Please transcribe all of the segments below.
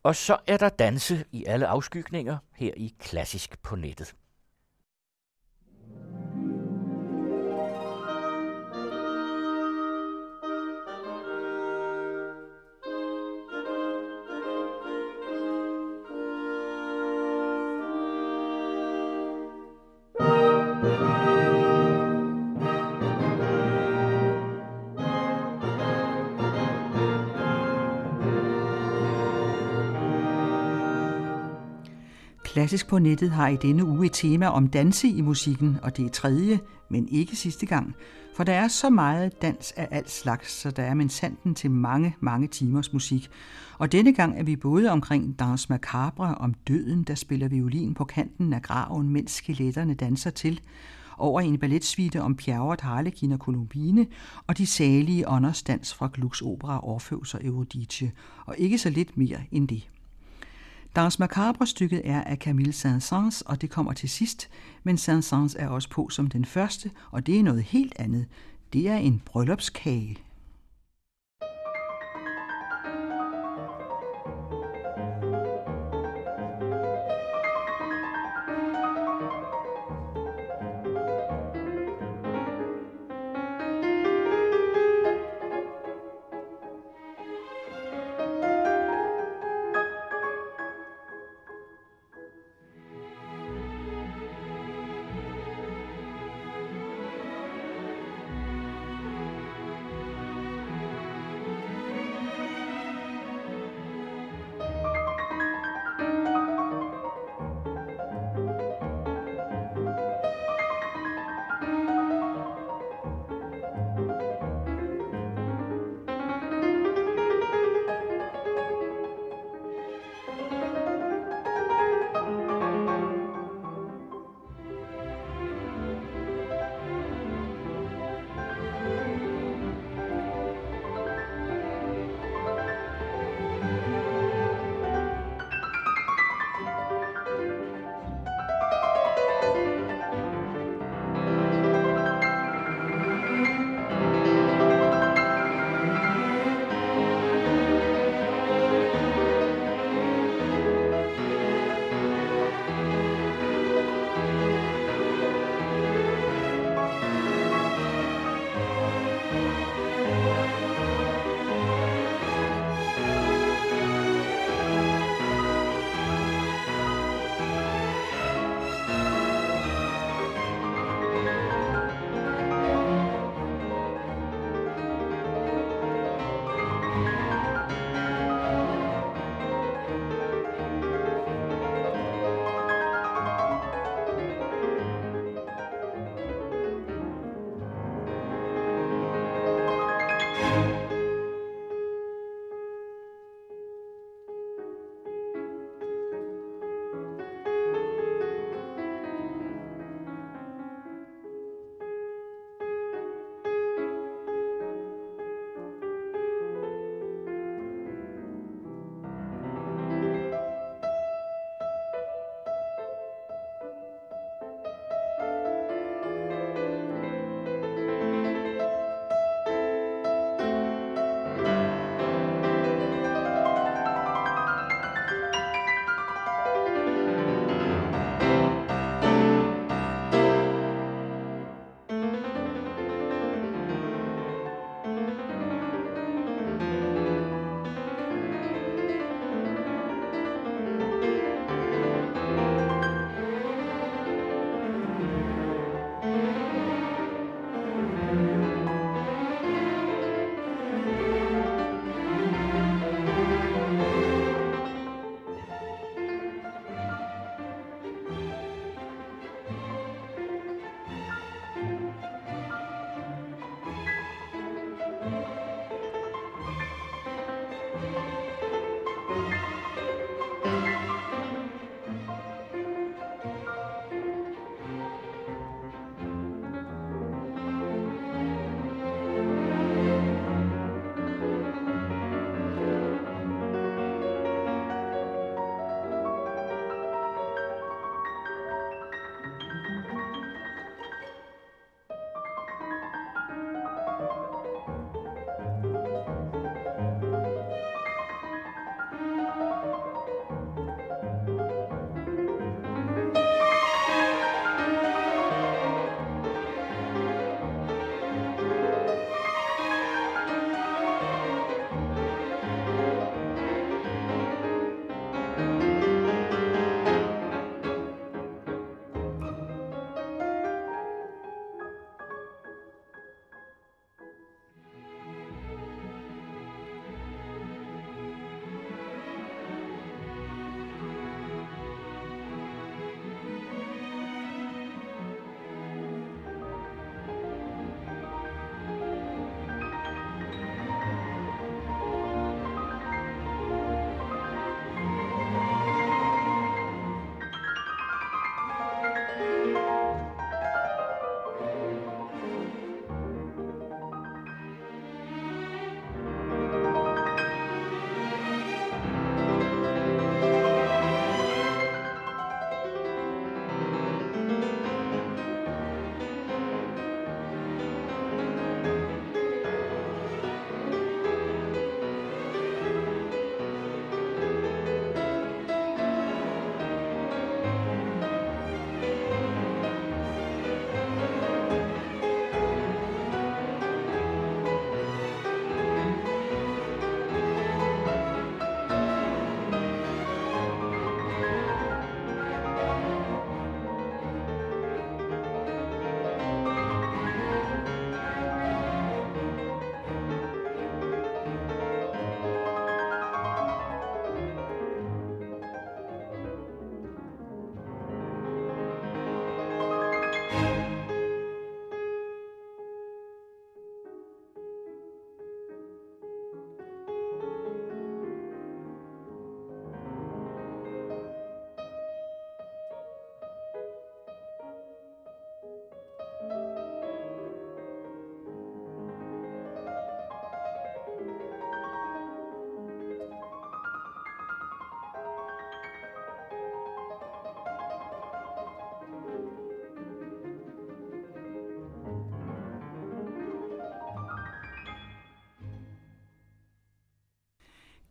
Og så er der danse i alle afskygninger her i Klassisk på nettet. Klassisk på nettet har i denne uge et tema om danse i musikken, og det er tredje, men ikke sidste gang. For der er så meget dans af alt slags, så der er minsandten til mange timers musik. Og denne gang er vi både omkring Danse Macabre om døden, der spiller violin på kanten af graven, mens skeletterne danser til, over en balletsuite om Pjerrot, Harlekin og Columbine, og de salige ånders dans fra Glucks opera Orfeus og Eurydice, og ikke så lidt mere end det. Danse Macabre-stykket er af Camille Saint-Saëns, og det kommer til sidst, men Saint-Saëns er også på som den første, og det er noget helt andet. Det er en bryllupskage.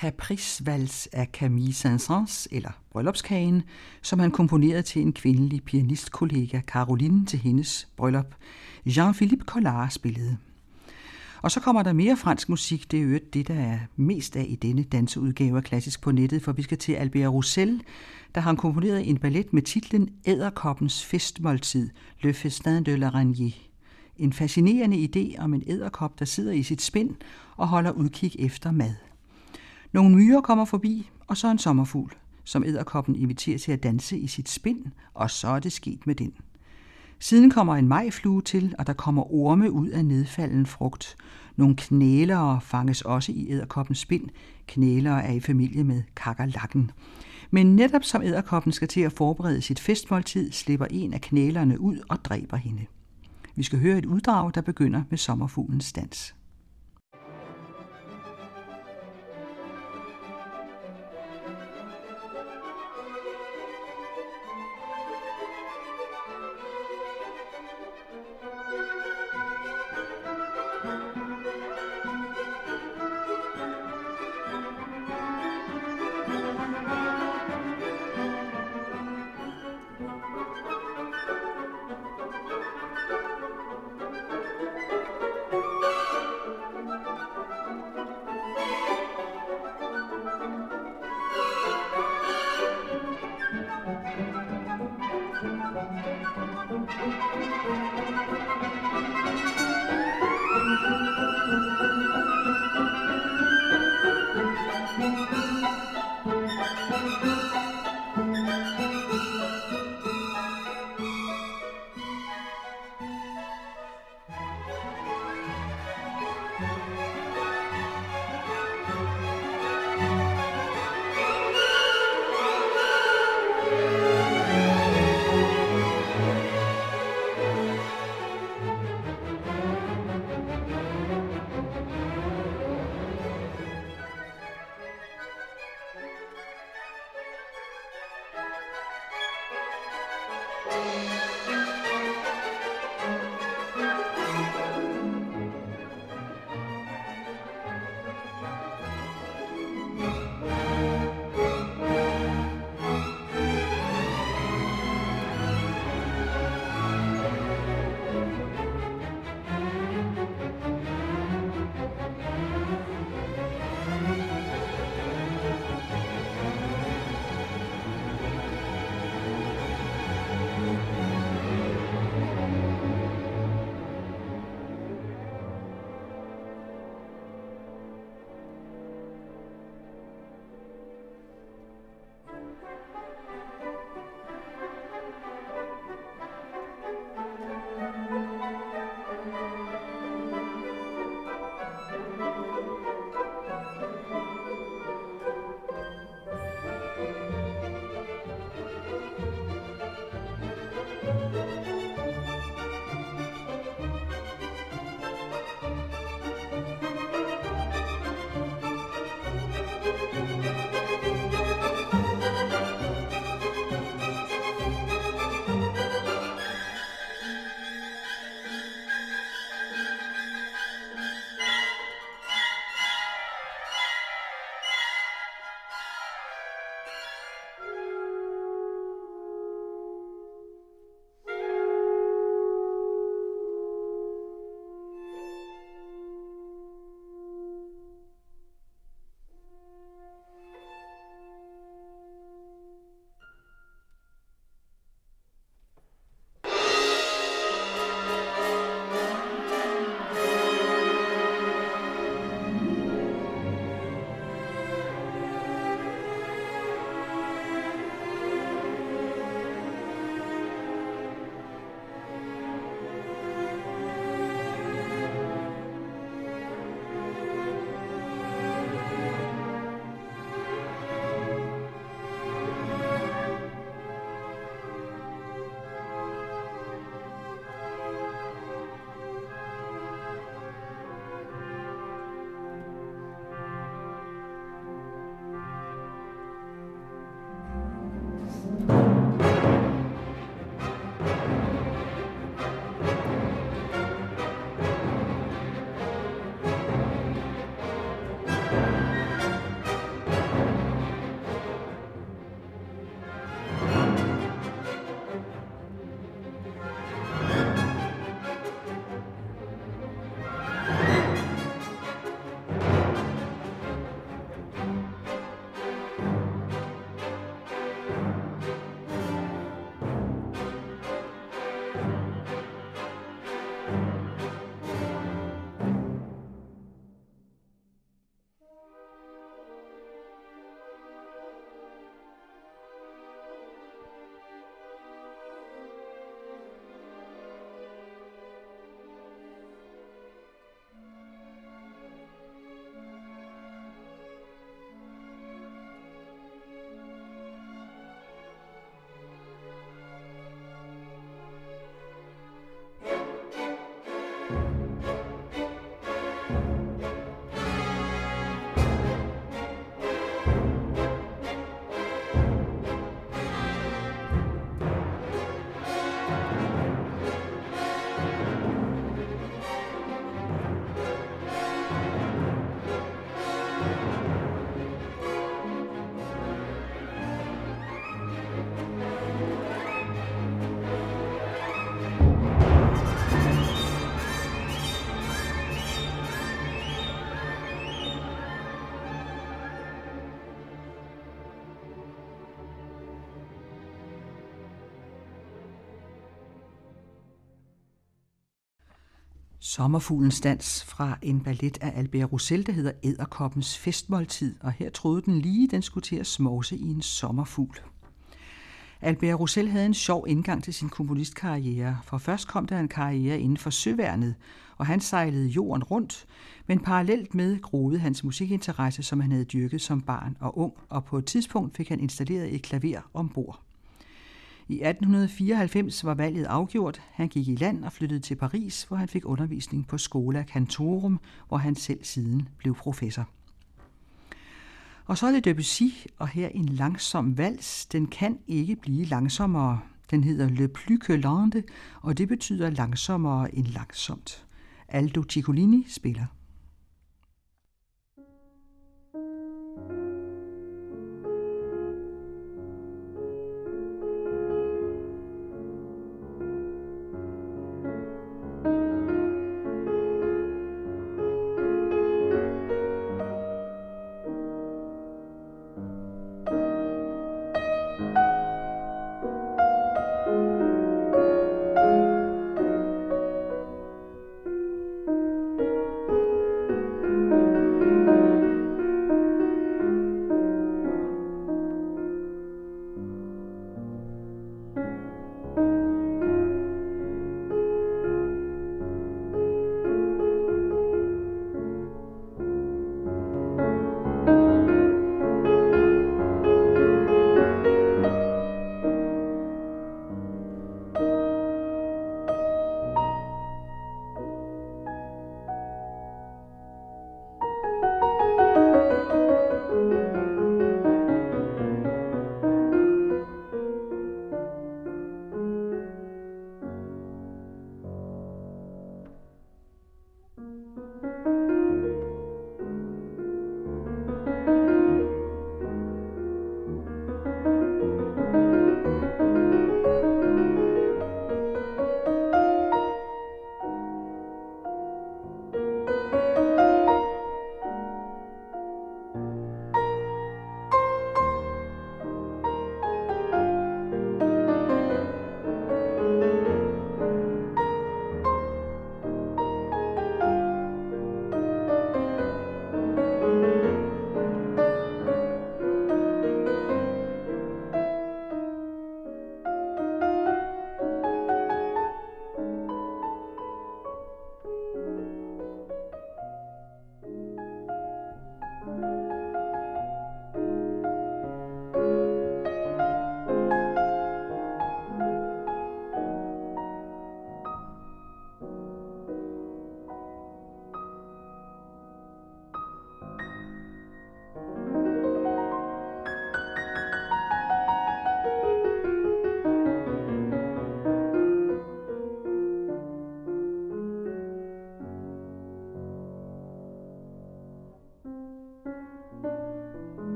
Caprice-vals af Camille Saint-Saëns, eller Bryllupskagen, som han komponerede til en kvindelig pianistkollega, Caroline, til hendes bryllup. Jean-Philippe Collard spillede. Og så kommer der mere fransk musik, det er jo det, der er mest af i denne danseudgave af Klassisk på nettet, for vi skal til Albert Roussel, der har komponeret en ballet med titlen Edderkoppens festmåltid, Le Festin de l'Araignée. En fascinerende idé om en edderkop, der sidder i sit spind og holder udkig efter mad. Nogle myrer kommer forbi, og så en sommerfugl, som edderkoppen inviterer til at danse i sit spind, og så er det sket med den. Siden kommer en majflue til, og der kommer orme ud af nedfalden frugt. Nogle knælere fanges også i edderkoppens spind. Knælere er i familie med kakerlakken. Men netop som edderkoppen skal til at forberede sit festmåltid, slipper en af knælerne ud og dræber hende. Vi skal høre et uddrag, der begynder med sommerfuglens dans. Sommerfuglens dans fra en ballet af Albert Roussel, der hedder Edderkoppens festmåltid, og her troede den lige, den skulle til at smovse i en sommerfugl. Albert Roussel havde en sjov indgang til sin komponistkarriere, for først kom der en karriere inden for søværnet, og han sejlede jorden rundt, men parallelt med groede hans musikinteresse, som han havde dyrket som barn og ung, og på et tidspunkt fik han installeret et klaver ombord. I 1894 var valget afgjort. Han gik i land og flyttede til Paris, hvor han fik undervisning på Schola Cantorum, hvor han selv siden blev professor. Og så er det Debussy, og her en langsom vals. Den kan ikke blive langsommere. Den hedder Le plus que lente, og det betyder langsommere end langsomt. Aldo Ciccolini spiller.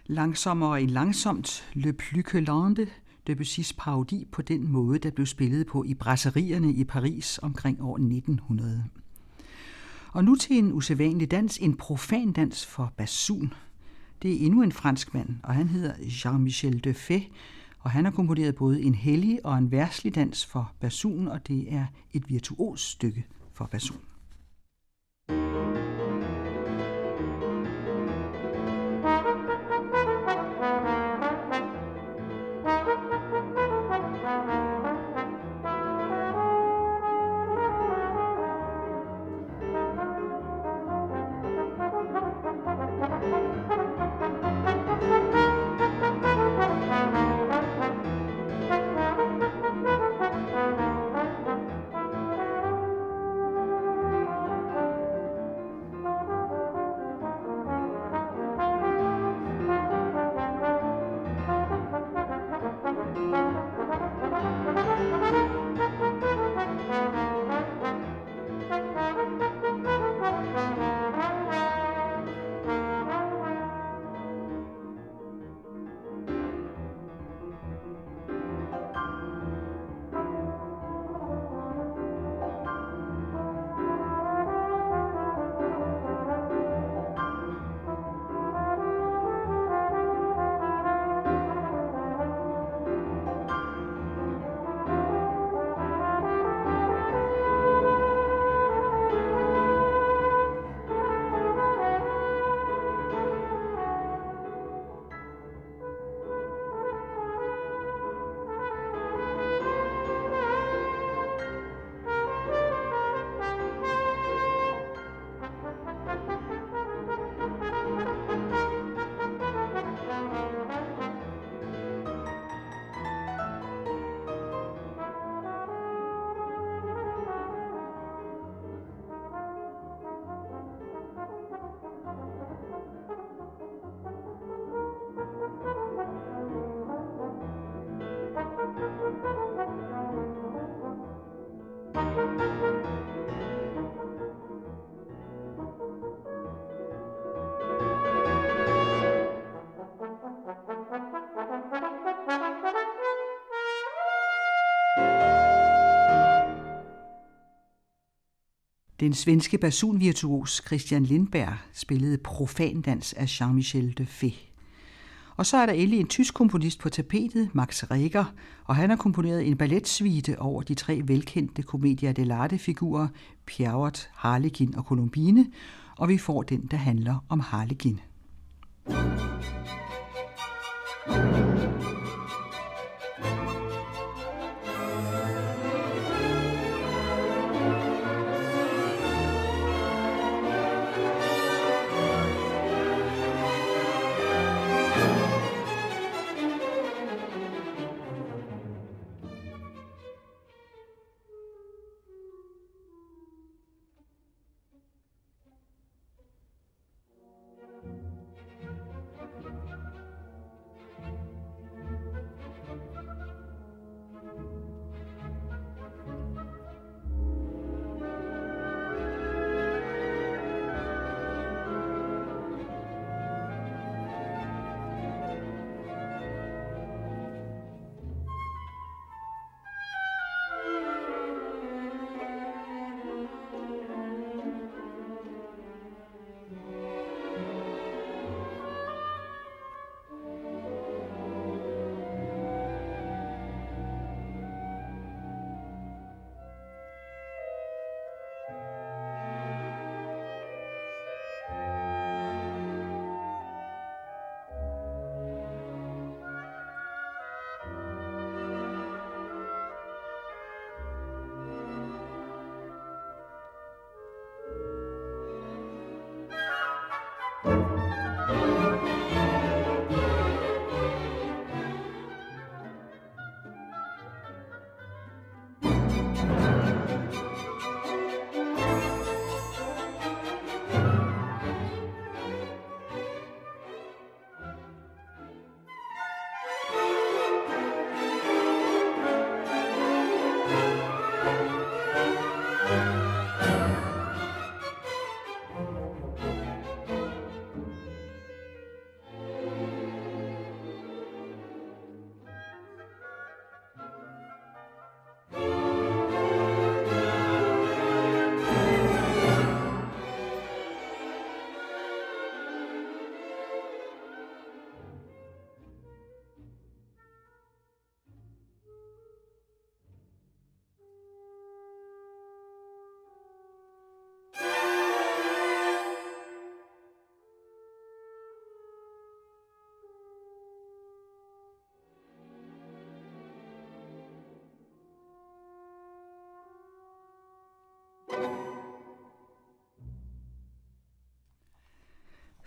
Langsommere end langsomt, Le plus que lente, Debussys parodi på den måde, der blev spillet på i brasserierne i Paris omkring år 1900. Og nu til en usædvanlig dans, en profan dans for basun. Det er endnu en fransk mand, og han hedder Jean-Michel Defay, og han har komponeret både en hellig og en verdslig dans for basun, og det er et virtuos stykke for basun. Den svenske basunvirtuos Christian Lindberg spillede profandans af Jean-Michel Defay. Og så er der endelig en tysk komponist på tapetet, Max Reger, og han har komponeret en balletsuite over de 3 velkendte Commedia dell'arte-figurer, Pierrot, Harlekin og Colombine, og vi får den, der handler om Harlekin.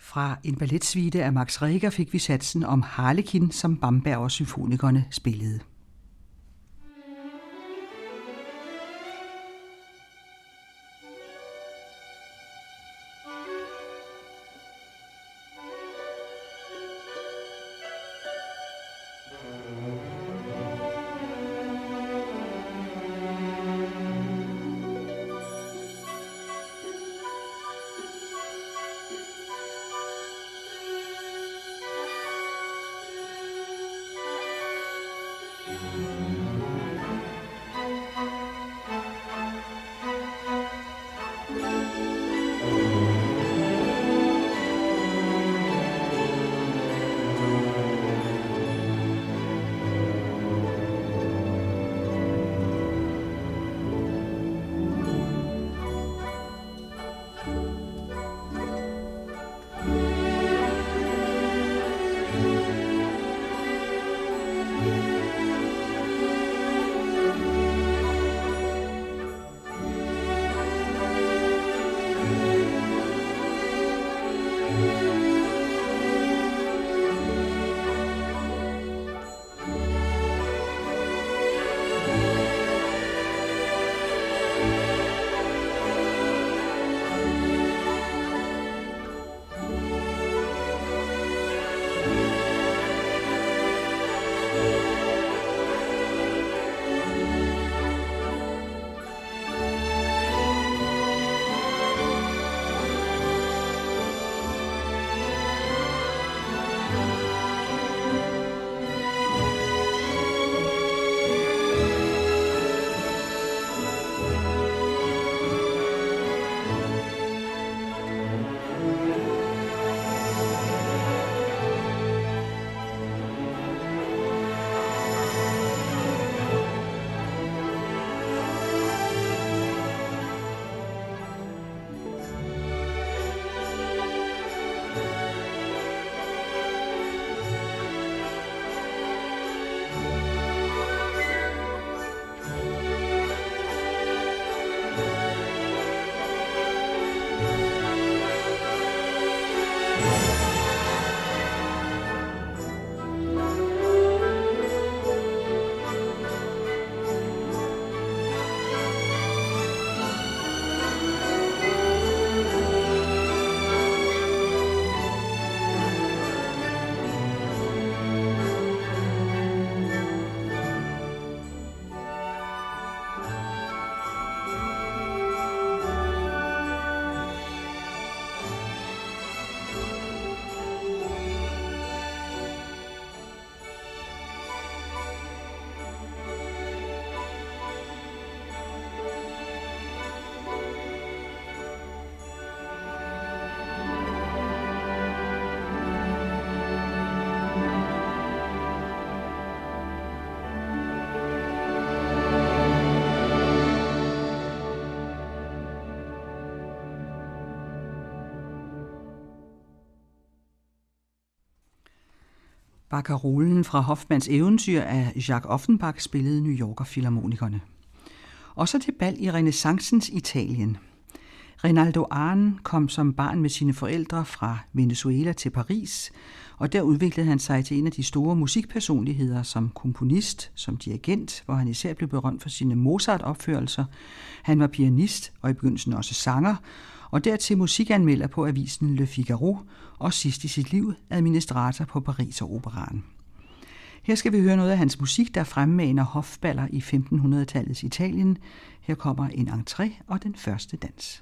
Fra en balletsuite af Max Reger fik vi satsen om Harlekin, som Bamberg og symfonikerne spillede. Barcarolen fra Hoffmanns eventyr af Jacques Offenbach spillede New Yorker Filharmonikerne. Og så til bal i renæssancens Italien. Rinaldo Ahn kom som barn med sine forældre fra Venezuela til Paris, og der udviklede han sig til en af de store musikpersonligheder som komponist, som dirigent, hvor han især blev berømt for sine Mozart-opførelser. Han var pianist og i begyndelsen også sanger, og dertil musikanmelder på avisen Le Figaro, og sidst i sit liv administrator på Pariseroperaen. Her skal vi høre noget af hans musik, der fremmaner hofballer i 1500-tallets Italien. Her kommer en entré og den første dans.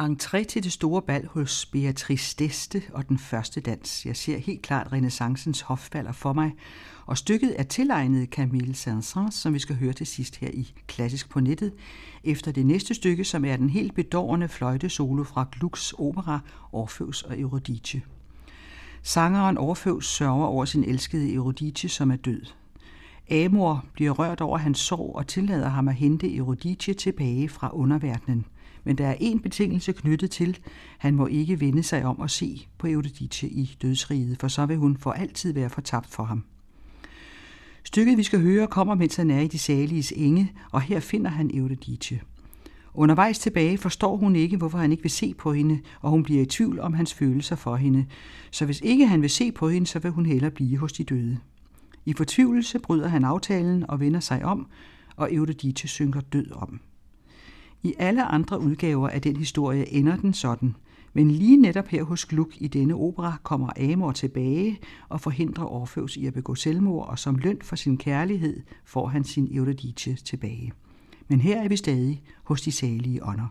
Entré til det store bal hos Beatrice d'Este og den første dans. Jeg ser helt klart renæssancens hofballer for mig, og stykket er tilegnet Camille Saint-Saëns, som vi skal høre til sidst her i Klassisk på nettet, efter det næste stykke, som er den helt bedårende fløjtesolo fra Glucks opera Orfeus og Eurydice. Sangeren Orfeus sørger over sin elskede Eurydice, som er død. Amor bliver rørt over hans sorg og tillader ham at hente Eurydice tilbage fra underverdenen. Men der er en betingelse knyttet til, han må ikke vende sig om at se på Eurydice i dødsriget, for så vil hun for altid være fortabt for ham. Stykket, vi skal høre, kommer, mens han er i de saliges enge, og her finder han Eurydice. Undervejs tilbage forstår hun ikke, hvorfor han ikke vil se på hende, og hun bliver i tvivl om hans følelser for hende. Så hvis ikke han vil se på hende, så vil hun hellere blive hos de døde. I fortvivlelse bryder han aftalen og vender sig om, og Eurydice synker død om. I alle andre udgaver af den historie ender den sådan, men lige netop her hos Gluck i denne opera kommer Amor tilbage og forhindrer Orfeus i at begå selvmord, og som løn for sin kærlighed får han sin Eurydice tilbage. Men her er vi stadig hos de salige ånder.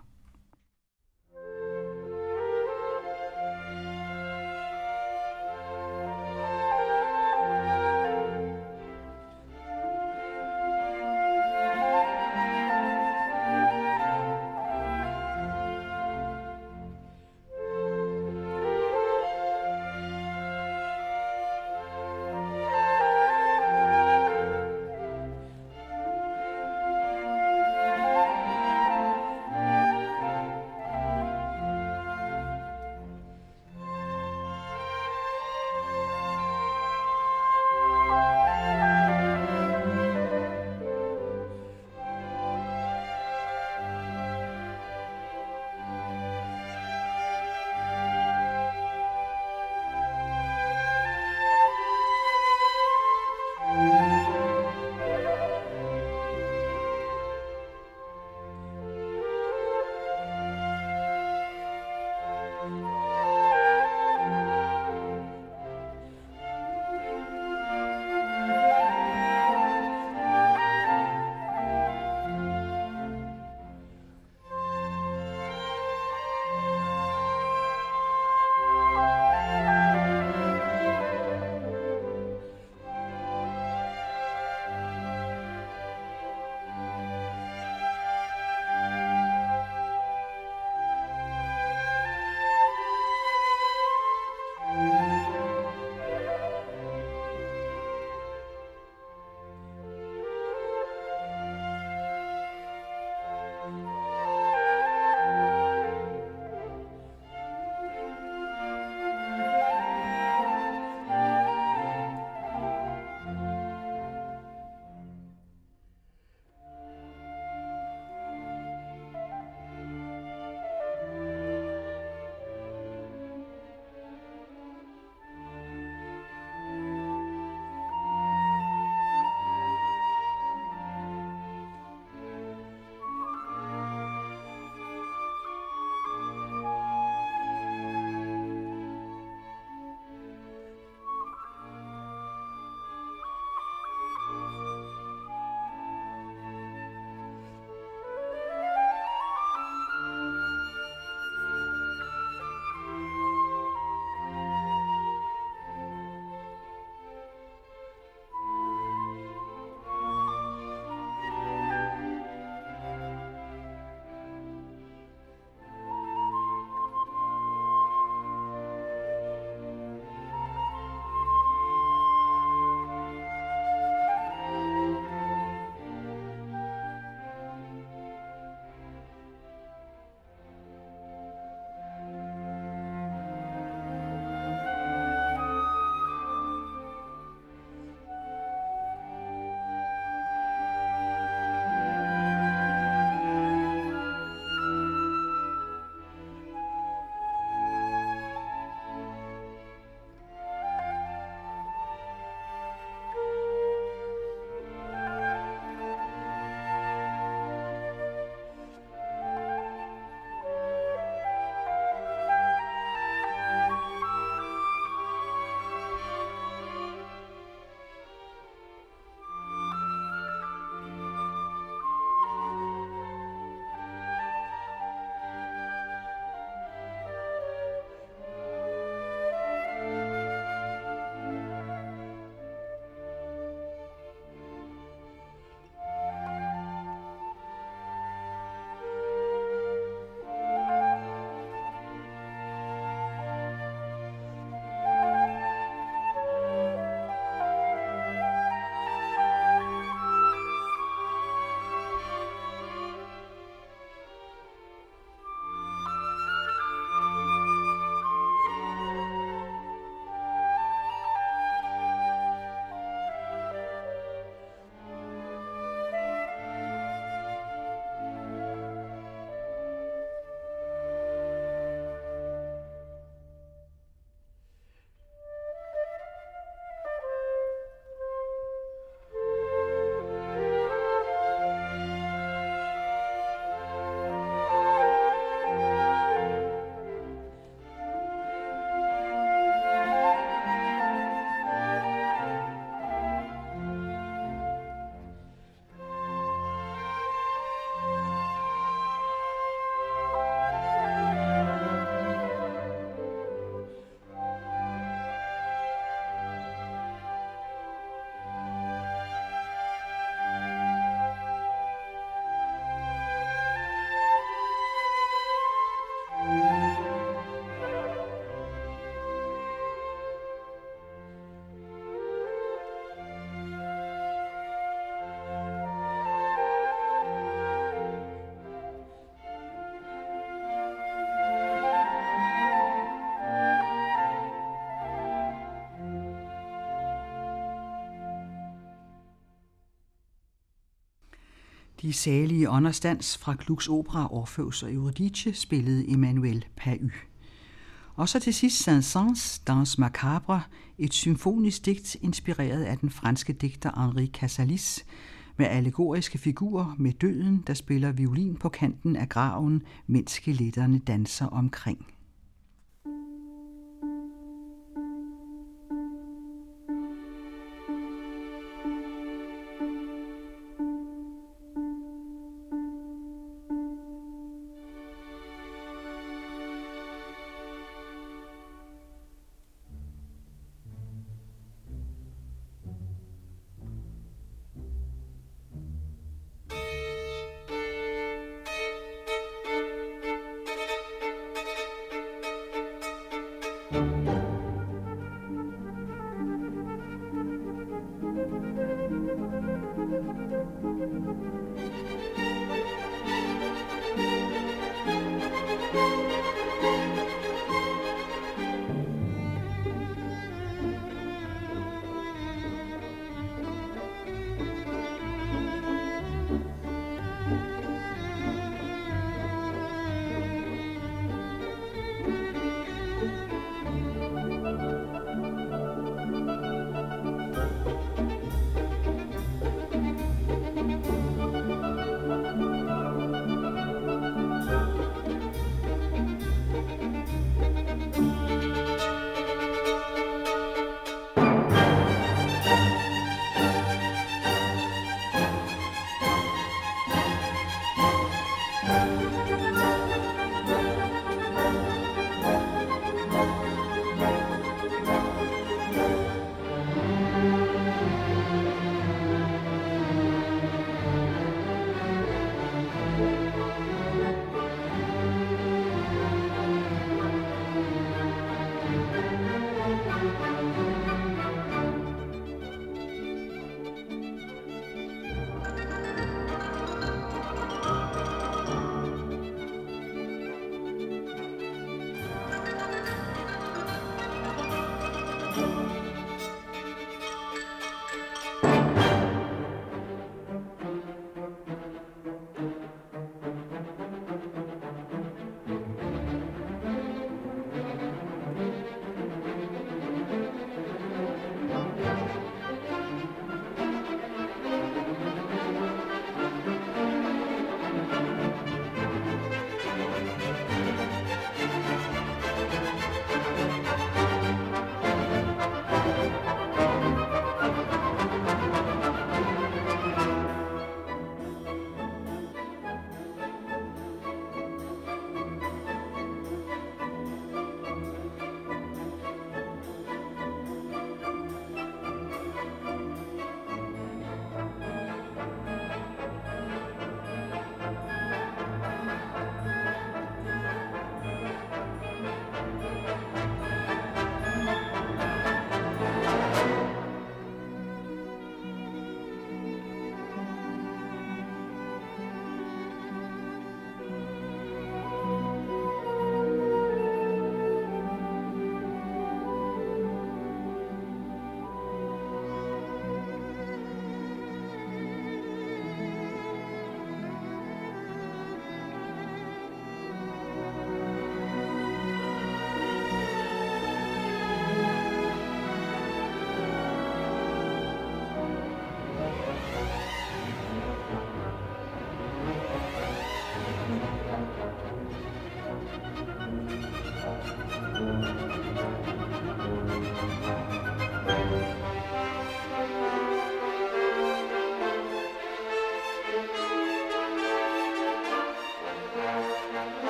De salige ånders dans fra Glucks opera Orpheus og Eurydice spillede Emmanuel Pahud. Og så til sidst Saint-Saëns Danse Macabre, et symfonisk digt inspireret af den franske digter Henri Casalis, med allegoriske figurer med døden, der spiller violin på kanten af graven, mens skeletterne danser omkring.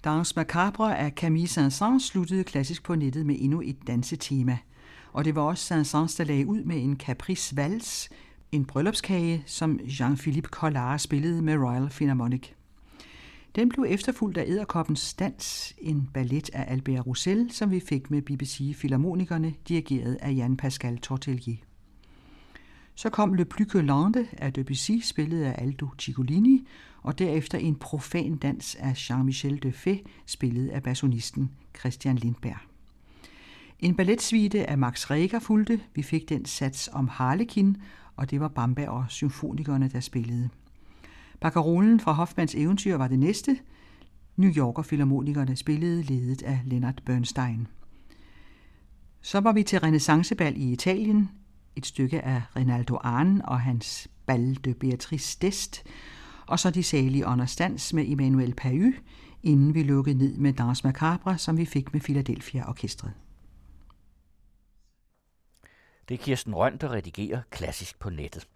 Danse Macabre af Camille Saint-Saëns sluttede klassisk på nettet med endnu et dansetema. Og det var også Saint-Saëns, der lagde ud med en Caprice Vals, en bryllupskage, som Jean-Philippe Collard spillede med Royal Philharmonic. Den blev efterfulgt af Edderkoppens Dans, en ballet af Albert Roussel, som vi fik med BBC Filharmonikerne, dirigeret af Jan-Pascal Tortelier. Så kom Le Plus que Lande af Debussy, spillet af Aldo Ciccolini, og derefter en profan dans af Jean-Michel Defay, spillet af bassonisten Christian Lindberg. En balletsuite af Max Reger fulgte. Vi fik den sats om Harlekin, og det var Bamba og symfonikerne, der spillede. Barcarolen fra Hoffmanns eventyr var det næste. New Yorker Filharmonikerne spillede, ledet af Leonard Bernstein. Så var vi til renaissancebal i Italien, et stykke af Rinaldo Ahn og hans Bal de Beatrice d'Este, og så de salige understands med Emmanuel Pahud, inden vi lukkede ned med Danse Macabre, som vi fik med Philadelphia Orkestret. Det er Kirsten Rønn, der redigerer Klassisk på nettet.